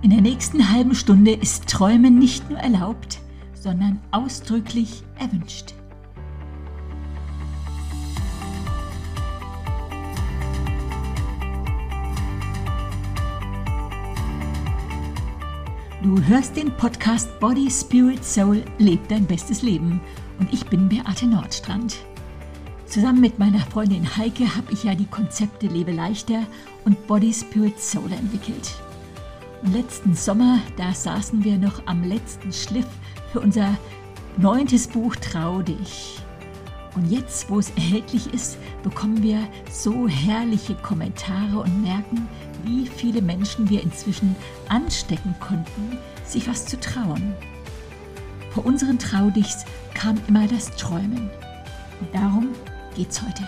In der nächsten halben Stunde ist Träumen nicht nur erlaubt, sondern ausdrücklich erwünscht. Du hörst den Podcast Body, Spirit, Soul, Leb dein bestes Leben und ich bin Beate Nordstrand. Zusammen mit meiner Freundin Heike habe ich ja die Konzepte Lebe leichter und Body, Spirit, Soul entwickelt. Und letzten Sommer, da saßen wir noch am letzten Schliff für unser 9. Buch Trau dich. Und jetzt, wo es erhältlich ist, bekommen wir so herrliche Kommentare und merken, wie viele Menschen wir inzwischen anstecken konnten, sich was zu trauen. Vor unseren Traudichs kam immer das Träumen. Und darum geht's heute.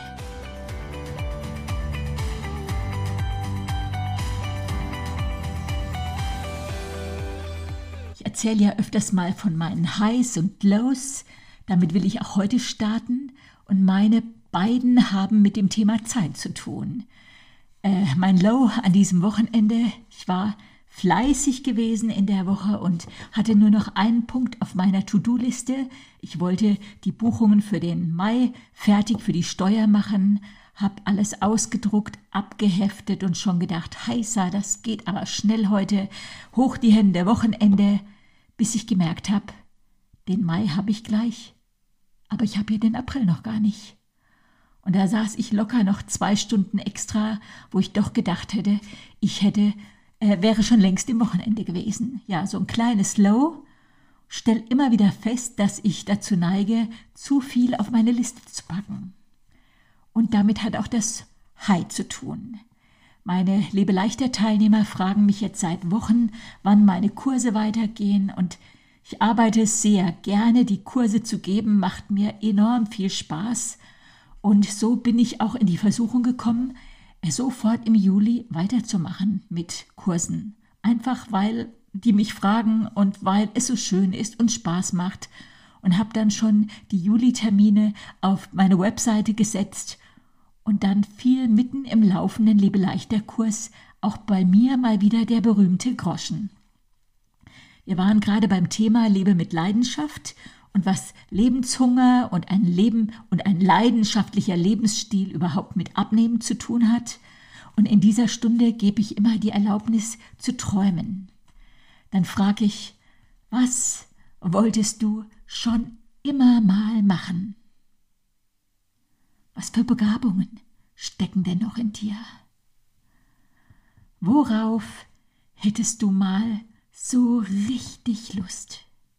Ich erzähle ja öfters mal von meinen Highs und Lows. Damit will ich auch heute starten. Und meine beiden haben mit dem Thema Zeit zu tun. Mein Low an diesem Wochenende, ich war fleißig gewesen in der Woche und hatte nur noch einen Punkt auf meiner To-Do-Liste. Ich wollte die Buchungen für den Mai fertig für die Steuer machen, habe alles ausgedruckt, abgeheftet und schon gedacht, heißa, das geht aber schnell heute, hoch die Hände, Wochenende, bis ich gemerkt habe, den Mai habe ich gleich, aber ich habe hier den April noch gar nicht. Und da saß ich locker noch 2 Stunden extra, wo ich doch gedacht hätte, wäre schon längst im Wochenende gewesen. Ja, so ein kleines Low. Stell immer wieder fest, dass ich dazu neige, zu viel auf meine Liste zu packen. Und damit hat auch das High zu tun. Meine Lebe-leichter-Teilnehmer fragen mich jetzt seit Wochen, wann meine Kurse weitergehen. Und ich arbeite sehr gerne, die Kurse zu geben, macht mir enorm viel Spaß. Und so bin ich auch in die Versuchung gekommen, sofort im Juli weiterzumachen mit Kursen. Einfach weil die mich fragen und weil es so schön ist und Spaß macht. Und habe dann schon die Juli-Termine auf meine Webseite gesetzt. Und dann fiel mitten im laufenden Lebe-leichter-Kurs auch bei mir mal wieder der berühmte Groschen. Wir waren gerade beim Thema Lebe mit Leidenschaft und was Lebenshunger und ein leidenschaftlicher Lebensstil überhaupt mit Abnehmen zu tun hat. Und in dieser Stunde gebe ich immer die Erlaubnis zu träumen. Dann frage ich, was wolltest du schon immer mal machen? Was für Begabungen stecken denn noch in dir? Worauf hättest du mal so richtig Lust?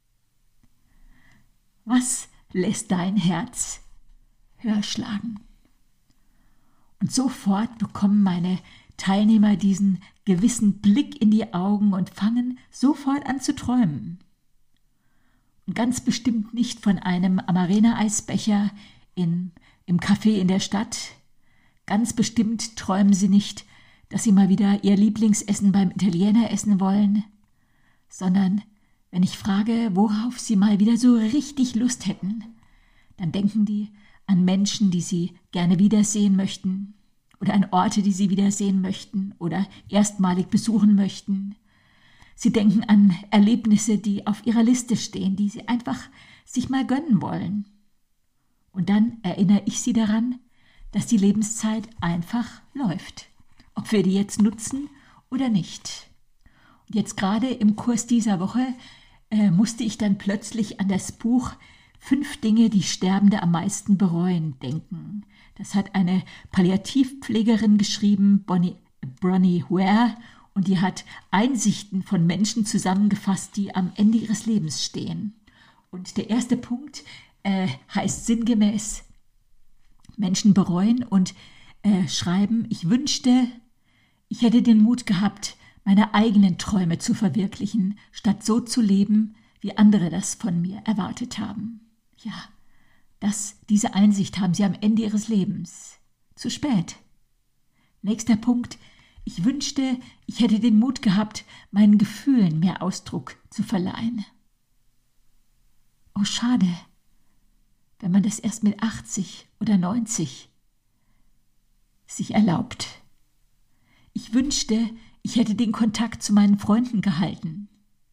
Was lässt dein Herz höher schlagen? Und sofort bekommen meine Teilnehmer diesen gewissen Blick in die Augen und fangen sofort an zu träumen. Und ganz bestimmt nicht von einem Amarena-Eisbecher im Café in der Stadt. Ganz bestimmt träumen sie nicht, dass sie mal wieder ihr Lieblingsessen beim Italiener essen wollen, sondern wenn ich frage, worauf sie mal wieder so richtig Lust hätten, dann denken die an Menschen, die sie gerne wiedersehen möchten oder an Orte, die sie wiedersehen möchten oder erstmalig besuchen möchten. Sie denken an Erlebnisse, die auf ihrer Liste stehen, die sie einfach sich mal gönnen wollen. Und dann erinnere ich sie daran, dass die Lebenszeit einfach läuft, ob wir die jetzt nutzen oder nicht. Und jetzt gerade im Kurs dieser Woche musste ich dann plötzlich an das Buch 5 Dinge, die Sterbende am meisten bereuen, denken. Das hat eine Palliativpflegerin geschrieben, Bronnie Ware, und die hat Einsichten von Menschen zusammengefasst, die am Ende ihres Lebens stehen. Und der erste Punkt heißt sinngemäß, Menschen bereuen und schreiben, ich wünschte, ich hätte den Mut gehabt, meine eigenen Träume zu verwirklichen, statt so zu leben, wie andere das von mir erwartet haben. Ja, diese Einsicht haben sie am Ende ihres Lebens. Zu spät. Nächster Punkt. Ich wünschte, ich hätte den Mut gehabt, meinen Gefühlen mehr Ausdruck zu verleihen. Oh, schade, wenn man das erst mit 80 oder 90 sich erlaubt. Ich wünschte, ich hätte den Kontakt zu meinen Freunden gehalten.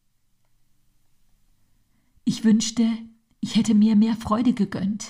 Ich wünschte, ich hätte mir mehr Freude gegönnt.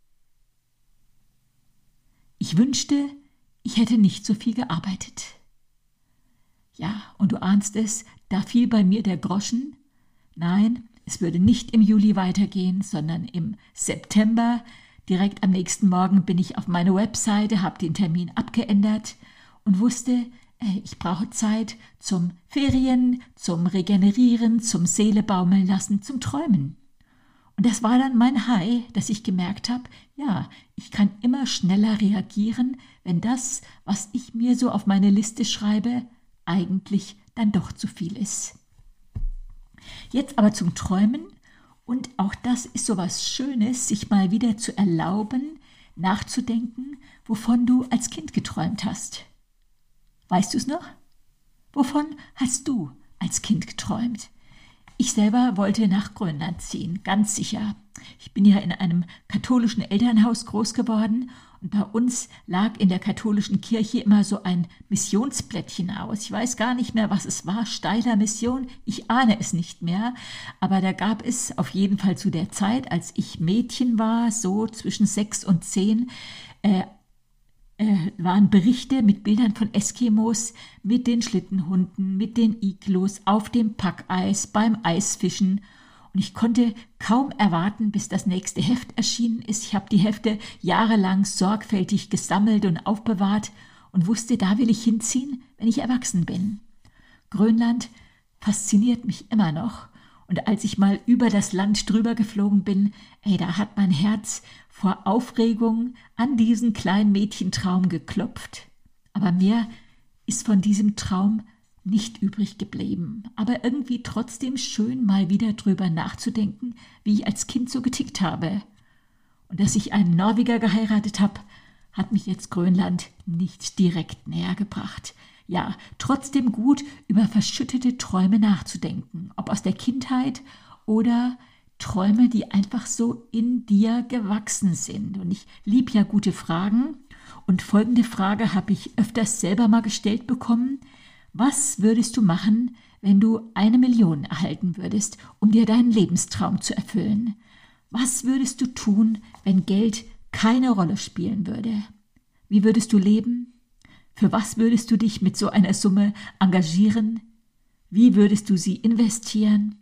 Ich wünschte, ich hätte nicht so viel gearbeitet. Ja, und du ahnst es, da fiel bei mir der Groschen. Nein, es würde nicht im Juli weitergehen, sondern im September. Direkt am nächsten Morgen bin ich auf meine Webseite, habe den Termin abgeändert und wusste, ich brauche Zeit zum Ferien, zum Regenerieren, zum Seele baumeln lassen, zum Träumen. Und das war dann mein High, dass ich gemerkt habe, ja, ich kann immer schneller reagieren, wenn das, was ich mir so auf meine Liste schreibe, eigentlich dann doch zu viel ist. Jetzt aber zum Träumen, und auch das ist so was Schönes, sich mal wieder zu erlauben, nachzudenken, wovon du als Kind geträumt hast. Weißt du es noch? Wovon hast du als Kind geträumt? Ich selber wollte nach Grönland ziehen, ganz sicher. Ich bin ja in einem katholischen Elternhaus groß geworden und bei uns lag in der katholischen Kirche immer so ein Missionsblättchen aus. Ich weiß gar nicht mehr, was es war, Steiler Mission, ich ahne es nicht mehr. Aber da gab es auf jeden Fall zu der Zeit, als ich Mädchen war, so zwischen 6 und 10, waren Berichte mit Bildern von Eskimos, mit den Schlittenhunden, mit den Iglos, auf dem Packeis, beim Eisfischen. Und ich konnte kaum erwarten, bis das nächste Heft erschienen ist. Ich habe die Hefte jahrelang sorgfältig gesammelt und aufbewahrt und wusste, da will ich hinziehen, wenn ich erwachsen bin. Grönland fasziniert mich immer noch. Und als ich mal über das Land drüber geflogen bin, da hat mein Herz vor Aufregung an diesen kleinen Mädchentraum geklopft. Aber mehr ist von diesem Traum nicht übrig geblieben. Aber irgendwie trotzdem schön, mal wieder drüber nachzudenken, wie ich als Kind so getickt habe. Und dass ich einen Norweger geheiratet habe, hat mich jetzt Grönland nicht direkt näher gebracht. Ja, trotzdem gut, über verschüttete Träume nachzudenken, ob aus der Kindheit oder Träume, die einfach so in dir gewachsen sind. Und ich liebe ja gute Fragen. Und folgende Frage habe ich öfters selber mal gestellt bekommen. Was würdest du machen, wenn du 1 Million erhalten würdest, um dir deinen Lebenstraum zu erfüllen? Was würdest du tun, wenn Geld keine Rolle spielen würde? Wie würdest du leben? Für was würdest du dich mit so einer Summe engagieren? Wie würdest du sie investieren?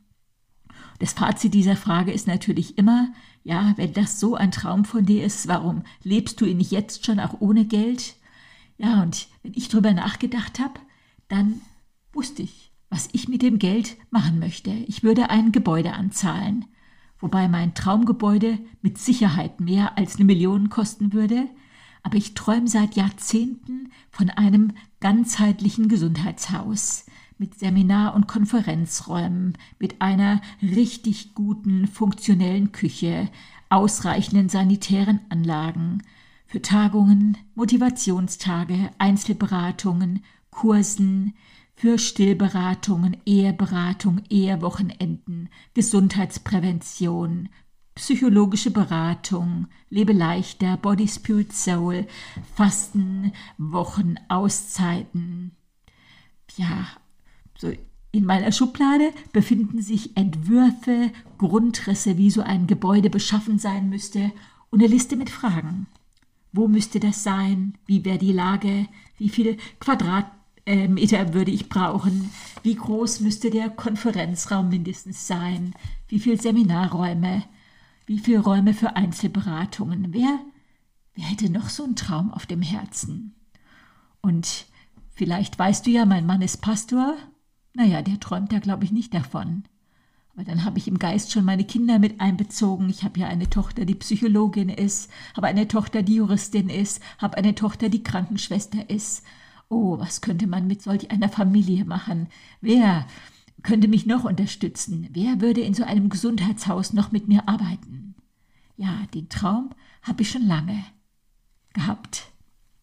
Das Fazit dieser Frage ist natürlich immer, ja, wenn das so ein Traum von dir ist, warum lebst du ihn nicht jetzt schon auch ohne Geld? Ja, und wenn ich drüber nachgedacht habe, dann wusste ich, was ich mit dem Geld machen möchte. Ich würde ein Gebäude anzahlen, wobei mein Traumgebäude mit Sicherheit mehr als 1 Million kosten würde. Aber ich träume seit Jahrzehnten von einem ganzheitlichen Gesundheitshaus mit Seminar- und Konferenzräumen, mit einer richtig guten, funktionellen Küche, ausreichenden sanitären Anlagen für Tagungen, Motivationstage, Einzelberatungen, Kursen, für Stillberatungen, Eheberatung, Ehewochenenden, Gesundheitsprävention, psychologische Beratung, Lebe leichter, Body, Spirit, Soul, Fasten, Wochen, Auszeiten. Ja, so in meiner Schublade befinden sich Entwürfe, Grundrisse, wie so ein Gebäude beschaffen sein müsste und eine Liste mit Fragen. Wo müsste das sein? Wie wäre die Lage? Wie viele Quadratmeter würde ich brauchen? Wie groß müsste der Konferenzraum mindestens sein? Wie viele Seminarräume? Wie viele Räume für Einzelberatungen? Wer hätte noch so einen Traum auf dem Herzen? Und vielleicht weißt du ja, mein Mann ist Pastor. Naja, der träumt da, glaube ich, nicht davon. Aber dann habe ich im Geist schon meine Kinder mit einbezogen. Ich habe ja eine Tochter, die Psychologin ist, habe eine Tochter, die Juristin ist, habe eine Tochter, die Krankenschwester ist. Oh, was könnte man mit solch einer Familie machen? Wer könnte mich noch unterstützen? Wer würde in so einem Gesundheitshaus noch mit mir arbeiten? Ja, den Traum habe ich schon lange gehabt.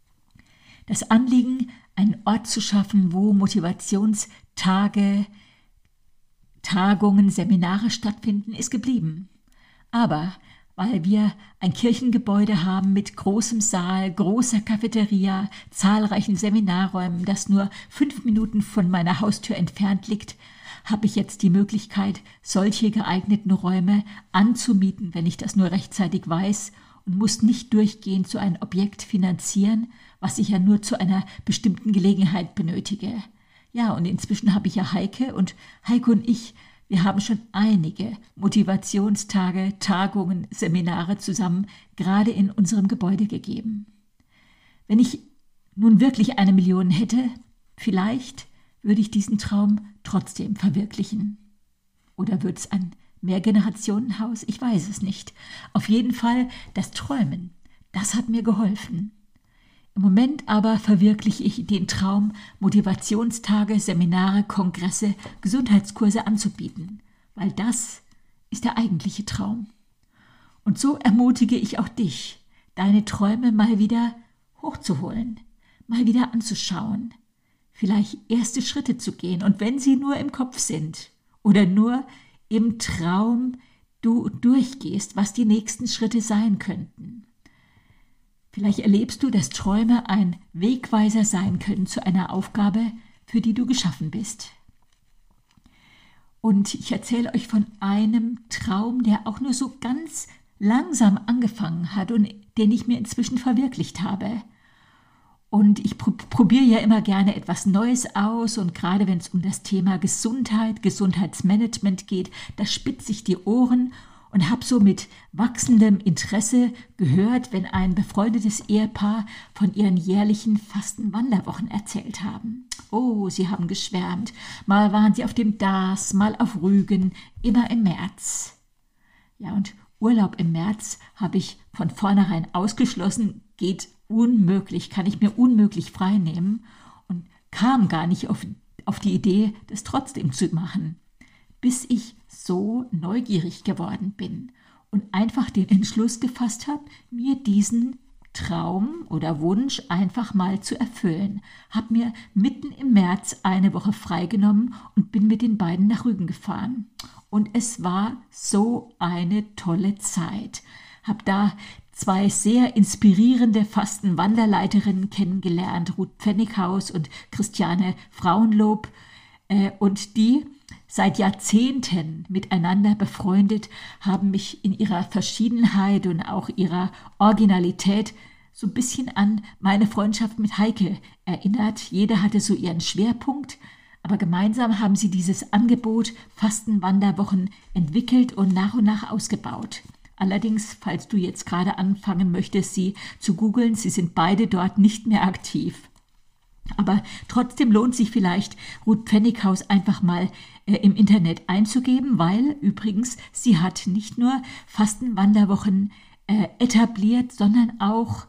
Das Anliegen, einen Ort zu schaffen, wo Motivationstage, Tagungen, Seminare stattfinden, ist geblieben. Aber weil wir ein Kirchengebäude haben mit großem Saal, großer Cafeteria, zahlreichen Seminarräumen, das nur 5 Minuten von meiner Haustür entfernt liegt, habe ich jetzt die Möglichkeit, solche geeigneten Räume anzumieten, wenn ich das nur rechtzeitig weiß, und muss nicht durchgehend so ein Objekt finanzieren, was ich ja nur zu einer bestimmten Gelegenheit benötige. Ja, und inzwischen habe ich ja Heike und ich, wir haben schon einige Motivationstage, Tagungen, Seminare zusammen gerade in unserem Gebäude gegeben. Wenn ich nun wirklich 1 Million hätte, vielleicht würde ich diesen Traum trotzdem verwirklichen. Oder wird es ein Mehrgenerationenhaus? Ich weiß es nicht. Auf jeden Fall das Träumen, das hat mir geholfen. Im Moment aber verwirkliche ich den Traum, Motivationstage, Seminare, Kongresse, Gesundheitskurse anzubieten, weil das ist der eigentliche Traum. Und so ermutige ich auch dich, deine Träume mal wieder hochzuholen, mal wieder anzuschauen, vielleicht erste Schritte zu gehen, und wenn sie nur im Kopf sind oder nur im Traum du durchgehst, was die nächsten Schritte sein könnten. Vielleicht erlebst du, dass Träume ein Wegweiser sein können zu einer Aufgabe, für die du geschaffen bist. Und ich erzähle euch von einem Traum, der auch nur so ganz langsam angefangen hat und den ich mir inzwischen verwirklicht habe. Und ich probiere ja immer gerne etwas Neues aus, und gerade wenn es um das Thema Gesundheit, Gesundheitsmanagement geht, da spitze ich die Ohren und habe so mit wachsendem Interesse gehört, wenn ein befreundetes Ehepaar von ihren jährlichen Fastenwanderwochen erzählt haben. Oh, sie haben geschwärmt. Mal waren sie auf dem Darß, mal auf Rügen, immer im März. Ja, und Urlaub im März habe ich von vornherein ausgeschlossen, geht unmöglich, kann ich mir unmöglich frei nehmen, und kam gar nicht auf die Idee, das trotzdem zu machen, bis ich so neugierig geworden bin und einfach den Entschluss gefasst habe, mir diesen Traum oder Wunsch einfach mal zu erfüllen. Habe mir mitten im März 1 Woche freigenommen und bin mit den beiden nach Rügen gefahren. Und es war so eine tolle Zeit. Habe da 2 sehr inspirierende Fastenwanderleiterinnen kennengelernt, Ruth Pfennighaus und Christiane Frauenlob, und die, seit Jahrzehnten miteinander befreundet, haben mich in ihrer Verschiedenheit und auch ihrer Originalität so ein bisschen an meine Freundschaft mit Heike erinnert. Jeder hatte so ihren Schwerpunkt, aber gemeinsam haben sie dieses Angebot Fastenwanderwochen entwickelt und nach ausgebaut. Allerdings, falls du jetzt gerade anfangen möchtest, sie zu googeln, sie sind beide dort nicht mehr aktiv. Aber trotzdem lohnt sich vielleicht, Ruth Pfennighaus einfach mal im Internet einzugeben, weil übrigens sie hat nicht nur Fastenwanderwochen etabliert, sondern auch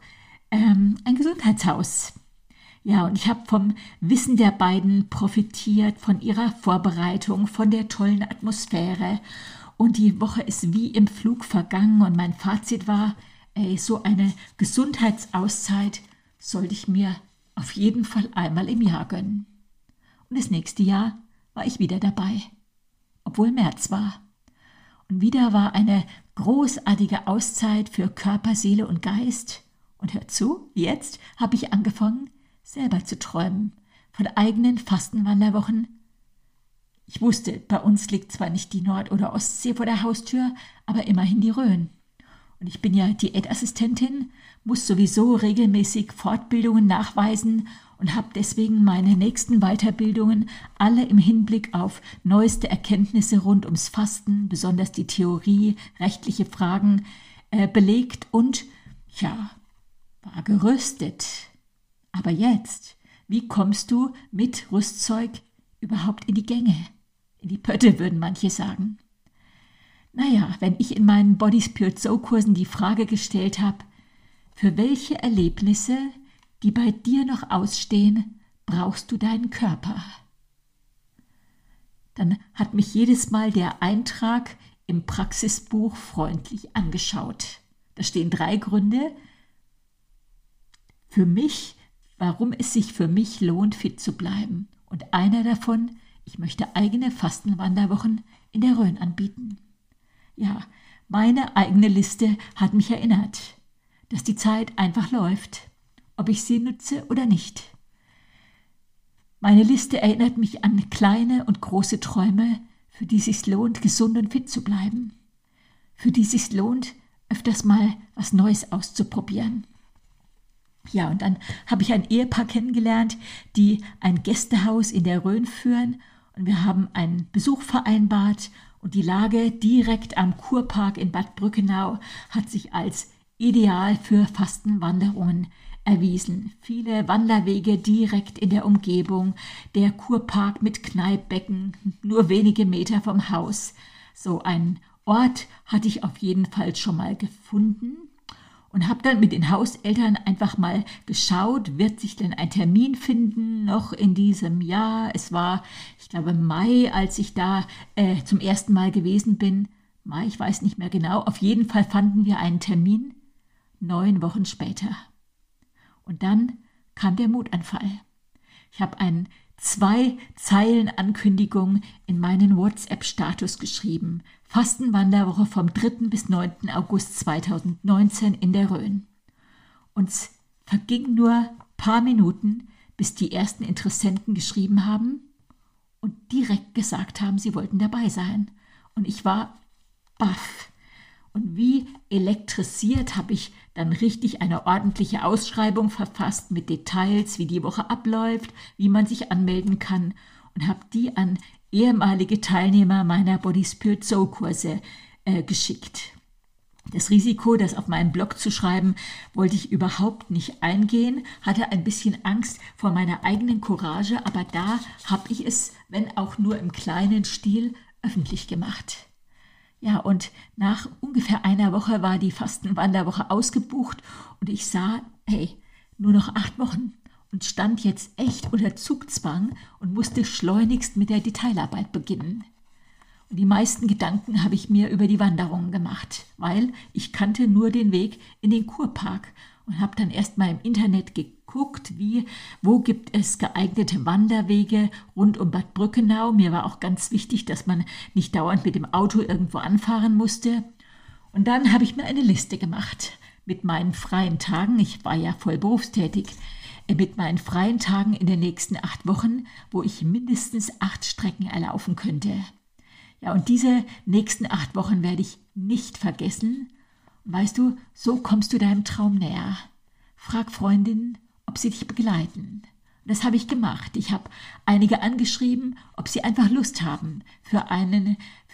ein Gesundheitshaus. Ja, und ich habe vom Wissen der beiden profitiert, von ihrer Vorbereitung, von der tollen Atmosphäre. Und die Woche ist wie im Flug vergangen, und mein Fazit war, so eine Gesundheitsauszeit sollte ich mir auf jeden Fall einmal im Jahr gönnen. Und das nächste Jahr war ich wieder dabei, obwohl März war. Und wieder war eine großartige Auszeit für Körper, Seele und Geist. Und hör zu, jetzt habe ich angefangen, selber zu träumen von eigenen Fastenwanderwochen. Ich wusste, bei uns liegt zwar nicht die Nord- oder Ostsee vor der Haustür, aber immerhin die Rhön. Und ich bin ja Diätassistentin, muss sowieso regelmäßig Fortbildungen nachweisen und habe deswegen meine nächsten Weiterbildungen alle im Hinblick auf neueste Erkenntnisse rund ums Fasten, besonders die Theorie, rechtliche Fragen, belegt und, ja, war gerüstet. Aber jetzt, wie kommst du mit Rüstzeug überhaupt in die Gänge? In die Pötte, würden manche sagen. Naja, wenn ich in meinen Body Spirit Soul Kursen die Frage gestellt habe, für welche Erlebnisse, die bei dir noch ausstehen, brauchst du deinen Körper? Dann hat mich jedes Mal der Eintrag im Praxisbuch freundlich angeschaut. Da stehen 3 Gründe für mich, warum es sich für mich lohnt, fit zu bleiben. Und einer davon, ich möchte eigene Fastenwanderwochen in der Rhön anbieten. Ja, Meine eigene Liste hat mich erinnert, dass die Zeit einfach läuft, ob ich sie nutze oder nicht. Meine Liste erinnert mich an kleine und große Träume, für die es sich lohnt, gesund und fit zu bleiben, für die es sich lohnt, öfters mal was Neues auszuprobieren. Ja, und dann habe ich ein Ehepaar kennengelernt, die ein Gästehaus in der Rhön führen, und wir haben einen Besuch vereinbart, und die Lage direkt am Kurpark in Bad Brückenau hat sich als ideal für Fastenwanderungen erwiesen. Viele Wanderwege direkt in der Umgebung, der Kurpark mit Kneippbecken, nur wenige Meter vom Haus. So einen Ort hatte ich auf jeden Fall schon mal gefunden und habe dann mit den Hauseltern einfach mal geschaut, wird sich denn ein Termin finden noch in diesem Jahr. Es war, ich glaube, Mai, als ich da zum ersten Mal gewesen bin. Mai, ich weiß nicht mehr genau. Auf jeden Fall fanden wir einen Termin 9 Wochen später. Und dann kam der Wutanfall. Ich habe eine 2-Zeilen-Ankündigung in meinen WhatsApp-Status geschrieben. Fastenwanderwoche vom 3. bis 9. August 2019 in der Rhön. Und es verging nur ein paar Minuten, bis die ersten Interessenten geschrieben haben und direkt gesagt haben, sie wollten dabei sein. Und ich war baff. Und wie elektrisiert habe ich dann richtig eine ordentliche Ausschreibung verfasst mit Details, wie die Woche abläuft, wie man sich anmelden kann, und habe die an ehemalige Teilnehmer meiner Body Spirit Soul Kurse geschickt. Das Risiko, das auf meinem Blog zu schreiben, wollte ich überhaupt nicht eingehen, hatte ein bisschen Angst vor meiner eigenen Courage, aber da habe ich es, wenn auch nur im kleinen Stil, öffentlich gemacht. Ja, und nach ungefähr einer Woche war die Fastenwanderwoche ausgebucht und ich sah, hey, nur noch 8 Wochen und stand jetzt echt unter Zugzwang und musste schleunigst mit der Detailarbeit beginnen. Und die meisten Gedanken habe ich mir über die Wanderungen gemacht, weil ich kannte nur den Weg in den Kurpark und habe dann erst mal im Internet geguckt, wo gibt es geeignete Wanderwege rund um Bad Brückenau. Mir war auch ganz wichtig, dass man nicht dauernd mit dem Auto irgendwo anfahren musste. Und dann habe ich mir eine Liste gemacht mit meinen freien Tagen. Ich war ja voll berufstätig. Mit meinen freien Tagen in den nächsten 8 Wochen, wo ich mindestens 8 Strecken erlaufen könnte. Ja, und diese nächsten 8 Wochen werde ich nicht vergessen. Und weißt du, so kommst du deinem Traum näher. Frag Freundinnen, ob sie dich begleiten. Und das habe ich gemacht. Ich habe einige angeschrieben, ob sie einfach Lust haben, für einen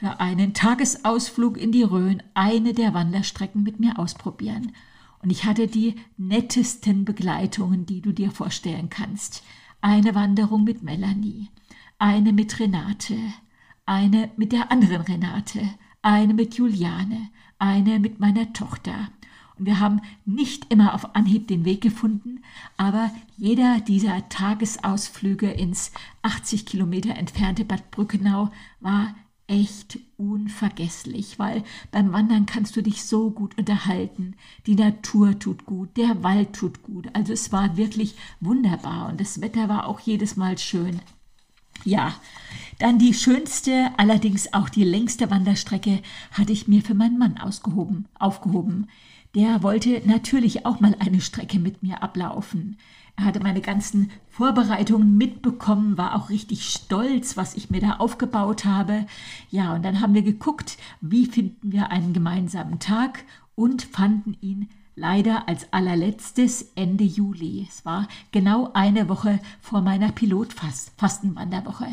Tagesausflug in die Rhön eine der Wanderstrecken mit mir ausprobieren. Und ich hatte die nettesten Begleitungen, die du dir vorstellen kannst. Eine Wanderung mit Melanie, eine mit Renate, eine mit der anderen Renate, eine mit Juliane, eine mit meiner Tochter. Und wir haben nicht immer auf Anhieb den Weg gefunden, aber jeder dieser Tagesausflüge ins 80 Kilometer entfernte Bad Brückenau war echt unvergesslich, weil beim Wandern kannst du dich so gut unterhalten. Die Natur tut gut, der Wald tut gut. Also es war wirklich wunderbar und das Wetter war auch jedes Mal schön. Ja, dann die schönste, allerdings auch die längste Wanderstrecke hatte ich mir für meinen Mann aufgehoben. Der wollte natürlich auch mal eine Strecke mit mir ablaufen. Er hatte meine ganzen Vorbereitungen mitbekommen, war auch richtig stolz, was ich mir da aufgebaut habe. Ja, und dann haben wir geguckt, wie finden wir einen gemeinsamen Tag und fanden ihn leider als allerletztes Ende Juli. Es war genau eine Woche vor meiner Pilotfastenwanderwoche.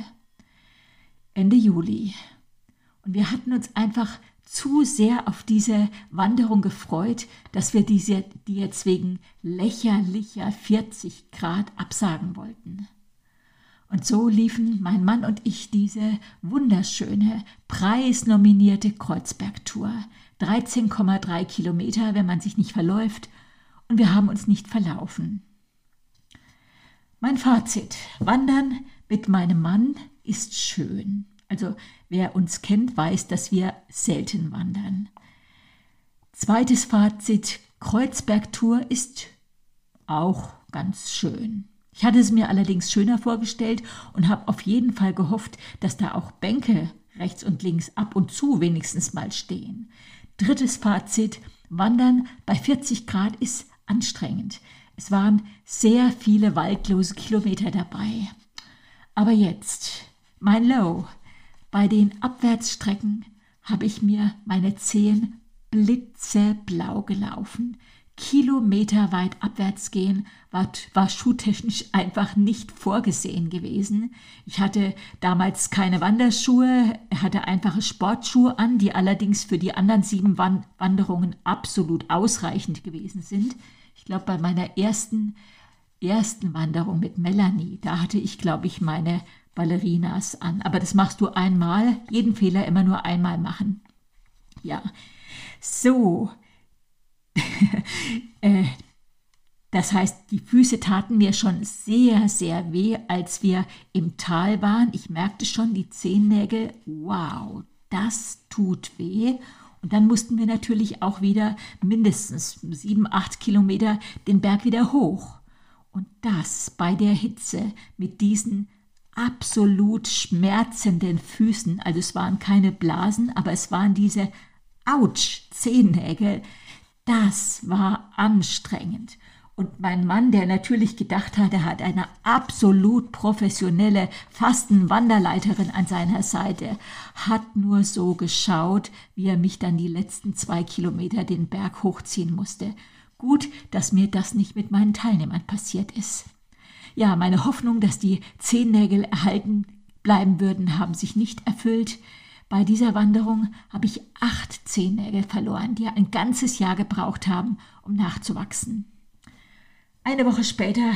Ende Juli. Und wir hatten uns einfach zu sehr auf diese Wanderung gefreut, dass wir die jetzt wegen lächerlicher 40 Grad absagen wollten. Und so liefen mein Mann und ich diese wunderschöne, preisnominierte Kreuzbergtour. 13,3 Kilometer, wenn man sich nicht verläuft, und wir haben uns nicht verlaufen. Mein Fazit: Wandern mit meinem Mann ist schön. Also wer uns kennt, weiß, dass wir selten wandern. Zweites Fazit: Kreuzbergtour ist auch ganz schön. Ich hatte es mir allerdings schöner vorgestellt und habe auf jeden Fall gehofft, dass da auch Bänke rechts und links ab und zu wenigstens mal stehen. Drittes Fazit: Wandern bei 40 Grad ist anstrengend. Es waren sehr viele waldlose Kilometer dabei. Aber jetzt, mein Low. Bei den Abwärtsstrecken habe ich mir meine Zehen blitzeblau gelaufen. Kilometerweit abwärts gehen war schuhtechnisch einfach nicht vorgesehen gewesen. Ich hatte damals keine Wanderschuhe, hatte einfache Sportschuhe an, die allerdings für die anderen 7 Wanderungen absolut ausreichend gewesen sind. Ich glaube, bei meiner ersten Wanderung mit Melanie, da hatte ich, glaube ich, meine Ballerinas an. Aber das machst du einmal, jeden Fehler immer nur einmal machen. Ja, so. Das heißt, die Füße taten mir schon sehr, sehr weh, als wir im Tal waren. Ich merkte schon die Zehennägel, wow, das tut weh. Und dann mussten wir natürlich auch wieder mindestens 7, 8 Kilometer den Berg wieder hoch. Und das bei der Hitze mit diesen absolut schmerzenden Füßen. Also es waren keine Blasen, aber es waren diese Zehennägel. Das war anstrengend. Und mein Mann, der natürlich gedacht hat, er hat eine absolut professionelle Fastenwanderleiterin an seiner Seite, hat nur so geschaut, wie er mich dann die letzten 2 Kilometer den Berg hochziehen musste. Gut, dass mir das nicht mit meinen Teilnehmern passiert ist. Ja, meine Hoffnung, dass die Zehennägel erhalten bleiben würden, haben sich nicht erfüllt. Bei dieser Wanderung habe ich 8 Zehennägel verloren, die ein ganzes Jahr gebraucht haben, um nachzuwachsen. Eine Woche später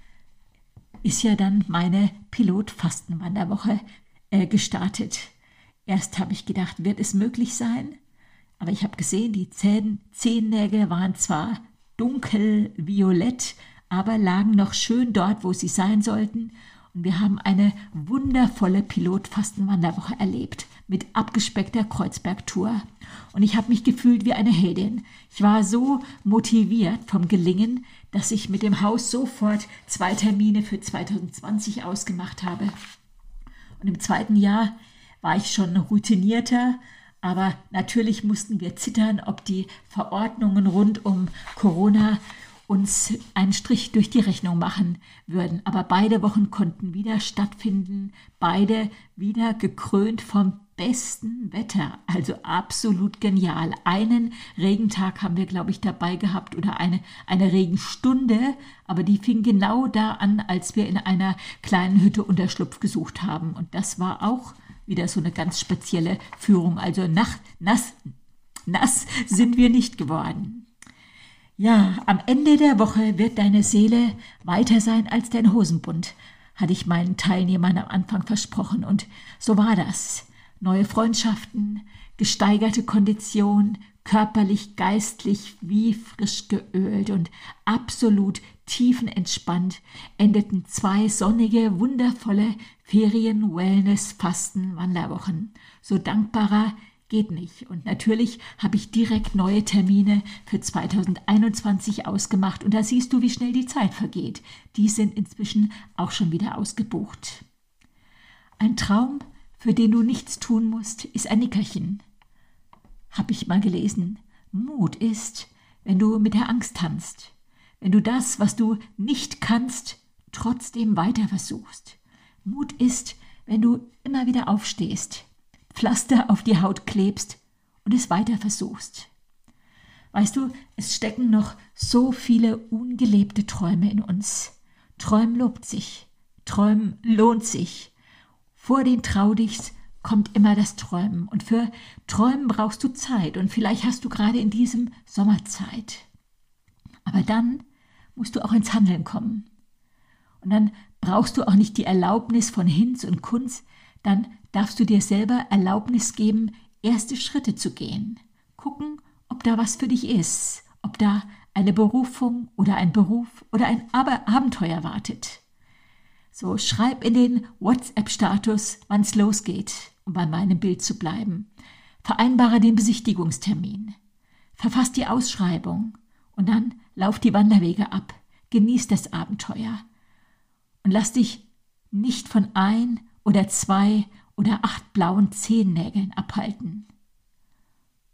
ist ja dann meine Pilot-Fastenwanderwoche gestartet. Erst habe ich gedacht, wird es möglich sein? Aber ich habe gesehen, die Zehennägel waren zwar dunkelviolett, aber lagen noch schön dort, wo sie sein sollten. Und wir haben eine wundervolle Pilot-Fastenwanderwoche erlebt mit abgespeckter Kreuzbergtour. Und ich habe mich gefühlt wie eine Heldin. Ich war so motiviert vom Gelingen, dass ich mit dem Haus sofort 2 Termine für 2020 ausgemacht habe. Und im 2. Jahr war ich schon routinierter, aber natürlich mussten wir zittern, ob die Verordnungen rund um Corona uns einen Strich durch die Rechnung machen würden. Aber beide Wochen konnten wieder stattfinden, beide wieder gekrönt vom besten Wetter, also absolut genial. Einen Regentag haben wir, glaube ich, dabei gehabt oder eine Regenstunde, aber die fing genau da an, als wir in einer kleinen Hütte Unterschlupf gesucht haben. Und das war auch wieder so eine ganz spezielle Führung. Also nass sind wir nicht geworden. Ja, am Ende der Woche wird deine Seele weiter sein als dein Hosenbund, hatte ich meinen Teilnehmern am Anfang versprochen. Und so war das. Neue Freundschaften, gesteigerte Kondition, körperlich, geistlich wie frisch geölt und absolut tiefenentspannt endeten 2 sonnige, wundervolle Ferien-Wellness-Fasten-Wanderwochen. So dankbarer geht nicht. Und natürlich habe ich direkt neue Termine für 2021 ausgemacht. Und da siehst du, wie schnell die Zeit vergeht. Die sind inzwischen auch schon wieder ausgebucht. Ein Traum, für den du nichts tun musst, ist ein Nickerchen. Habe ich mal gelesen. Mut ist, wenn du mit der Angst tanzt. Wenn du das, was du nicht kannst, trotzdem weiter versuchst. Mut ist, wenn du immer wieder aufstehst, Pflaster auf die Haut klebst und es weiter versuchst. Weißt du, es stecken noch so viele ungelebte Träume in uns. Träumen lobt sich, Träumen lohnt sich. Vor den Traudichs kommt immer das Träumen. Und für Träumen brauchst du Zeit. Und vielleicht hast du gerade in diesem Sommer Zeit. Aber dann musst du auch ins Handeln kommen. Und dann brauchst du auch nicht die Erlaubnis von Hinz und Kunz. Dann darfst du dir selber Erlaubnis geben, erste Schritte zu gehen. Gucken, ob da was für dich ist. Ob da eine Berufung oder ein Beruf oder ein Abenteuer wartet. So, schreib in den WhatsApp-Status, wann es losgeht, um bei meinem Bild zu bleiben. Vereinbare den Besichtigungstermin. Verfass die Ausschreibung und dann lauf die Wanderwege ab. Genieß das Abenteuer. Und lass dich nicht von 1 oder 2 oder 8 blauen Zehennägeln abhalten.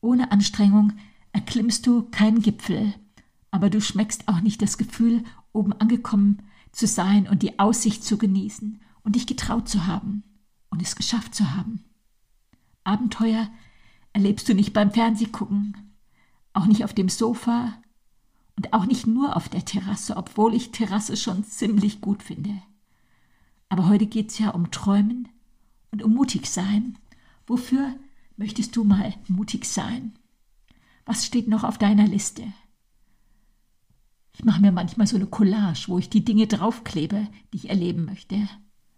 Ohne Anstrengung erklimmst du keinen Gipfel, aber du schmeckst auch nicht das Gefühl, oben angekommen zu sein und die Aussicht zu genießen und dich getraut zu haben und es geschafft zu haben. Abenteuer erlebst du nicht beim Fernsehgucken, auch nicht auf dem Sofa und auch nicht nur auf der Terrasse, obwohl ich Terrasse schon ziemlich gut finde. Aber heute geht es ja um Träumen und um mutig sein. Wofür möchtest du mal mutig sein? Was steht noch auf deiner Liste? Ich mache mir manchmal so eine Collage, wo ich die Dinge draufklebe, die ich erleben möchte.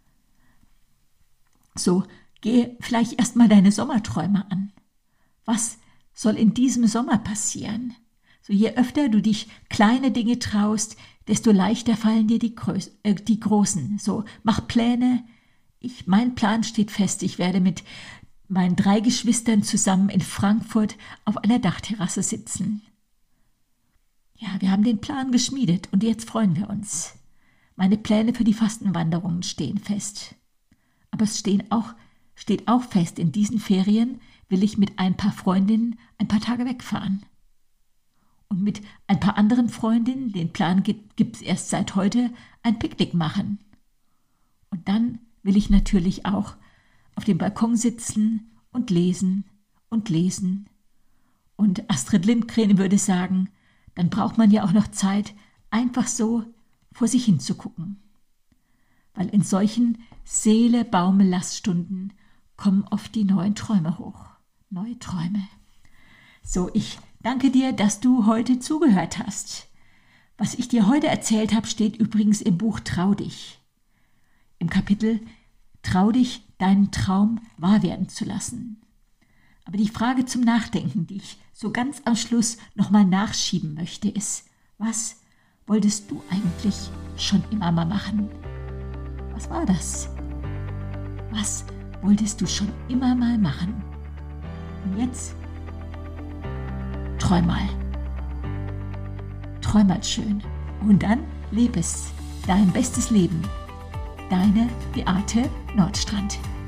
So, geh vielleicht erstmal deine Sommerträume an. Was soll in diesem Sommer passieren? So, je öfter du dich kleine Dinge traust, desto leichter fallen dir die großen. So, mach Pläne. Mein Plan steht fest. Ich werde mit meinen 3 Geschwistern zusammen in Frankfurt auf einer Dachterrasse sitzen. Ja, wir haben den Plan geschmiedet und jetzt freuen wir uns. Meine Pläne für die Fastenwanderungen stehen fest. Aber es steht auch fest, in diesen Ferien will ich mit ein paar Freundinnen ein paar Tage wegfahren. Und mit ein paar anderen Freundinnen, den Plan gibt es erst seit heute, ein Picknick machen. Und dann will ich natürlich auch auf dem Balkon sitzen und lesen und lesen. Und Astrid Lindgren würde sagen, dann braucht man ja auch noch Zeit, einfach so vor sich hinzugucken. Weil in solchen Seele-Baume-Laststunden kommen oft die neuen Träume hoch. Neue Träume. So, ich danke dir, dass du heute zugehört hast. Was ich dir heute erzählt habe, steht übrigens im Buch Trau dich. Im Kapitel Trau dich, deinen Traum wahr werden zu lassen. Aber die Frage zum Nachdenken, die ich so ganz am Schluss nochmal nachschieben möchte, ist, was wolltest du eigentlich schon immer mal machen? Was war das? Was wolltest du schon immer mal machen? Und jetzt träum mal. Träum mal schön. Und dann leb es. Dein bestes Leben. Deine Beate Nordstrand.